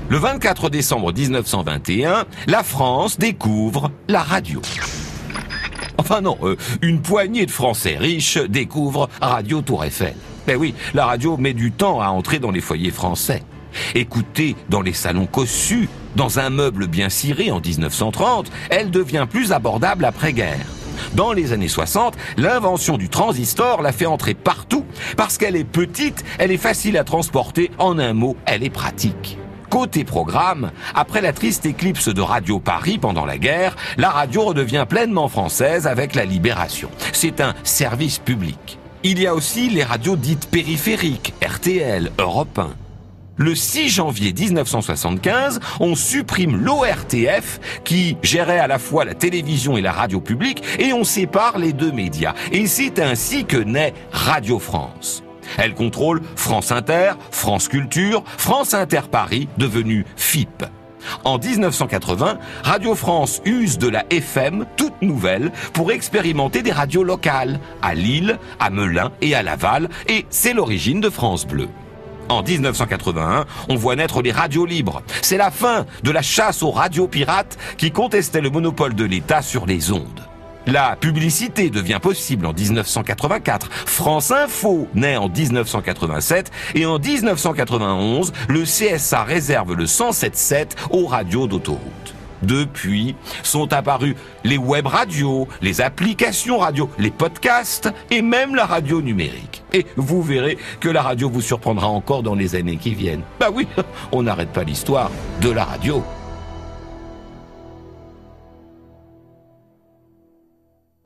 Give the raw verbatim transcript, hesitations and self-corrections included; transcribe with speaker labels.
Speaker 1: Le vingt-quatre décembre mille neuf cent vingt et un, la France découvre la radio. Enfin non, euh, une poignée de Français riches découvrent Radio Tour Eiffel. Ben oui, la radio met du temps à entrer dans les foyers français. Écoutée dans les salons cossus, dans un meuble bien ciré en dix-neuf cent trente, elle devient plus abordable après-guerre. Dans les années soixante, l'invention du transistor la fait entrer partout parce qu'elle est petite, elle est facile à transporter, en un mot, elle est pratique. Côté programme, après la triste éclipse de Radio Paris pendant la guerre, la radio redevient pleinement française avec la Libération. C'est un service public. Il y a aussi les radios dites périphériques, R T L, Europe un. Le six janvier mille neuf cent soixante-quinze, on supprime l'O R T F qui gérait à la fois la télévision et la radio publique et on sépare les deux médias. Et c'est ainsi que naît Radio France. Elle contrôle France Inter, France Culture, France Inter Paris, devenue F I P. En dix-neuf cent quatre-vingts, Radio France use de la F M toute nouvelle pour expérimenter des radios locales, à Lille, à Melun et à Laval, et c'est l'origine de France Bleu. En dix-neuf cent quatre-vingt-un, on voit naître les radios libres. C'est la fin de la chasse aux radios pirates qui contestaient le monopole de l'État sur les ondes. La publicité devient possible en dix-neuf cent quatre-vingt-quatre. France Info naît en dix-neuf cent quatre-vingt-sept et en dix-neuf cent quatre-vingt-onze, le C S A réserve le cent sept sept aux radios d'autoroute. Depuis, sont apparus les web radios, les applications radio, les podcasts et même la radio numérique. Et vous verrez que la radio vous surprendra encore dans les années qui viennent. Bah oui, on n'arrête pas l'histoire de la radio.